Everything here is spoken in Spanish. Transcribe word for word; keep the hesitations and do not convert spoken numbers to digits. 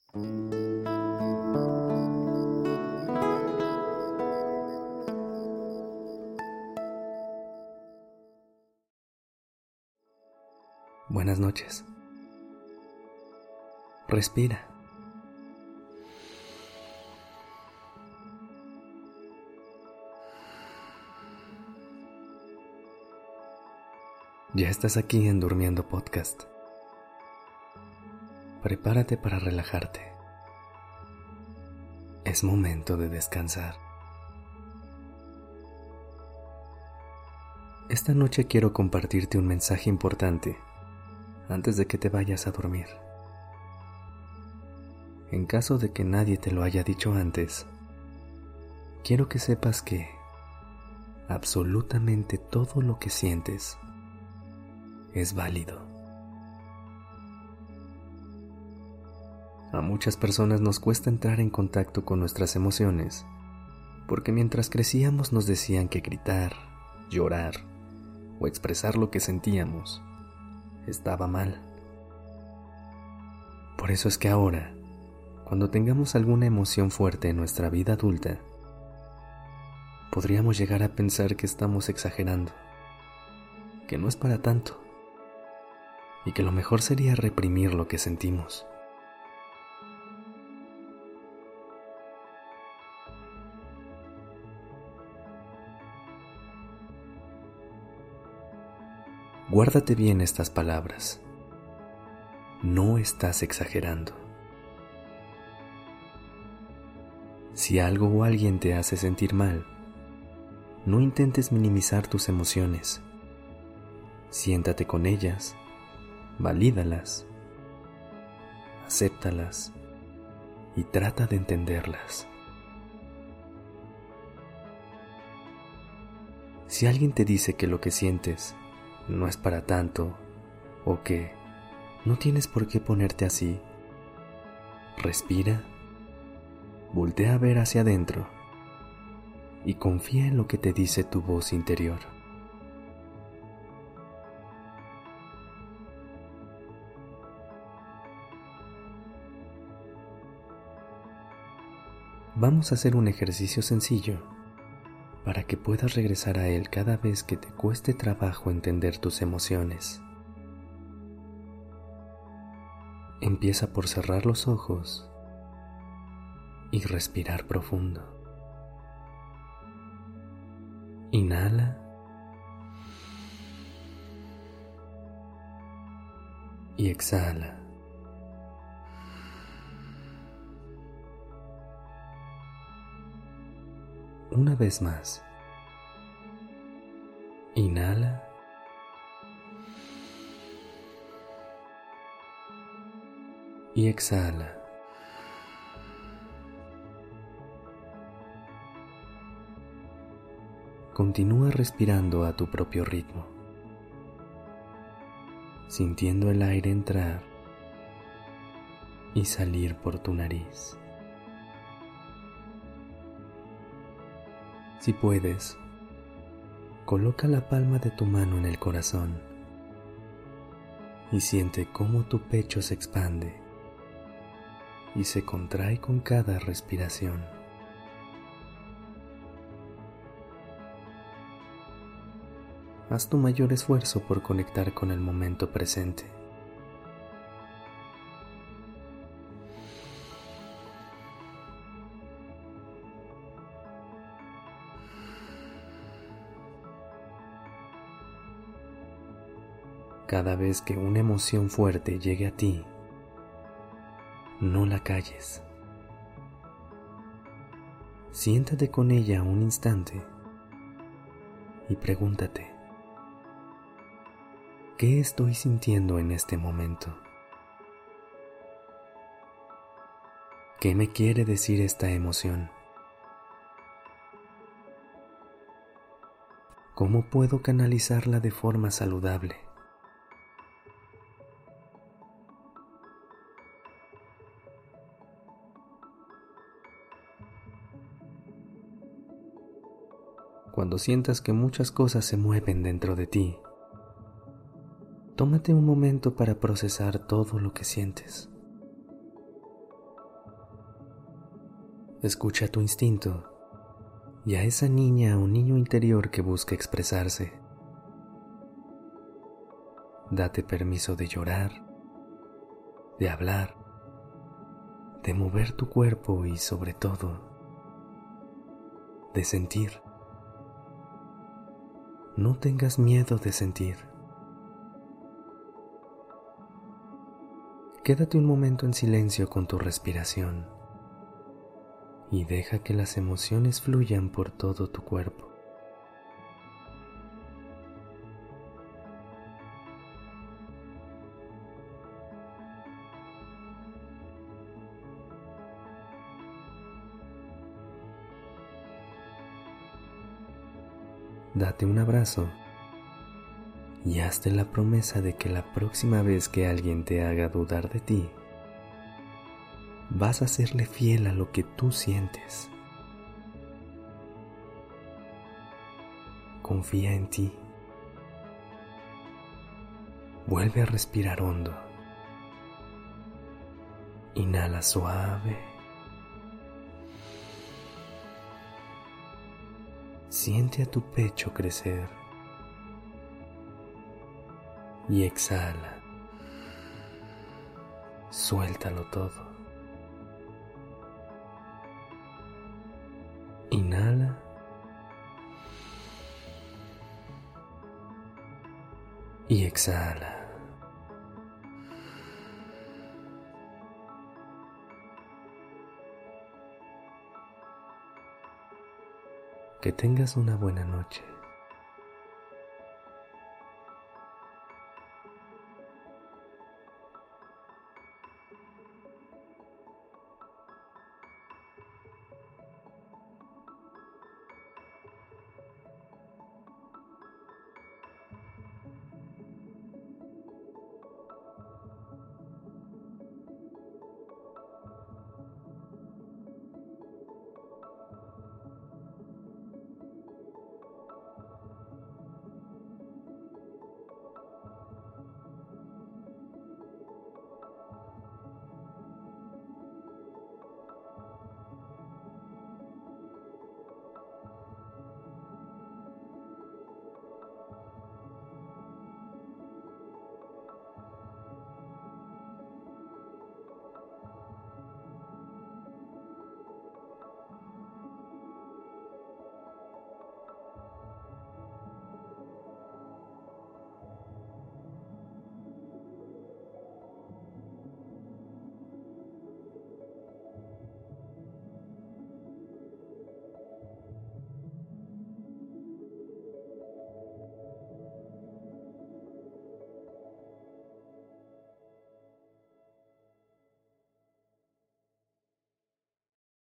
Buenas noches. Respira. Ya estás aquí en Durmiendo Podcast. Prepárate para relajarte. Es momento de descansar. Esta noche quiero compartirte un mensaje importante antes de que te vayas a dormir. En caso de que nadie te lo haya dicho antes, quiero que sepas que absolutamente todo lo que sientes es válido. A muchas personas nos cuesta entrar en contacto con nuestras emociones, porque mientras crecíamos nos decían que gritar, llorar o expresar lo que sentíamos estaba mal. Por eso es que ahora, cuando tengamos alguna emoción fuerte en nuestra vida adulta, podríamos llegar a pensar que estamos exagerando, que no es para tanto, y que lo mejor sería reprimir lo que sentimos. Guárdate bien estas palabras. No estás exagerando. Si algo o alguien te hace sentir mal, no intentes minimizar tus emociones. Siéntate con ellas, valídalas, acéptalas y trata de entenderlas. Si alguien te dice que lo que sientes no es para tanto o que no tienes por qué ponerte así, respira, voltea a ver hacia adentro y confía en lo que te dice tu voz interior. Vamos a hacer un ejercicio sencillo para que puedas regresar a él cada vez que te cueste trabajo entender tus emociones. Empieza por cerrar los ojos y respirar profundo. Inhala y exhala. Una vez más. Inhala y exhala. Continúa respirando a tu propio ritmo, sintiendo el aire entrar y salir por tu nariz. Si puedes, coloca la palma de tu mano en el corazón y siente cómo tu pecho se expande y se contrae con cada respiración. Haz tu mayor esfuerzo por conectar con el momento presente. Cada vez que una emoción fuerte llegue a ti, no la calles. Siéntate con ella un instante y pregúntate, ¿qué estoy sintiendo en este momento? ¿Qué me quiere decir esta emoción? ¿Cómo puedo canalizarla de forma saludable? Cuando sientas que muchas cosas se mueven dentro de ti, tómate un momento para procesar todo lo que sientes. Escucha tu instinto y a esa niña o niño interior que busca expresarse. Date permiso de llorar, de hablar, de mover tu cuerpo y sobre todo, de sentir. No tengas miedo de sentir. Quédate un momento en silencio con tu respiración y deja que las emociones fluyan por todo tu cuerpo. Date un abrazo y hazte la promesa de que la próxima vez que alguien te haga dudar de ti, vas a serle fiel a lo que tú sientes. Confía en ti. Vuelve a respirar hondo. Inhala suave. Siente a tu pecho crecer. Y exhala. Suéltalo todo. Inhala. Y exhala. Que tengas una buena noche.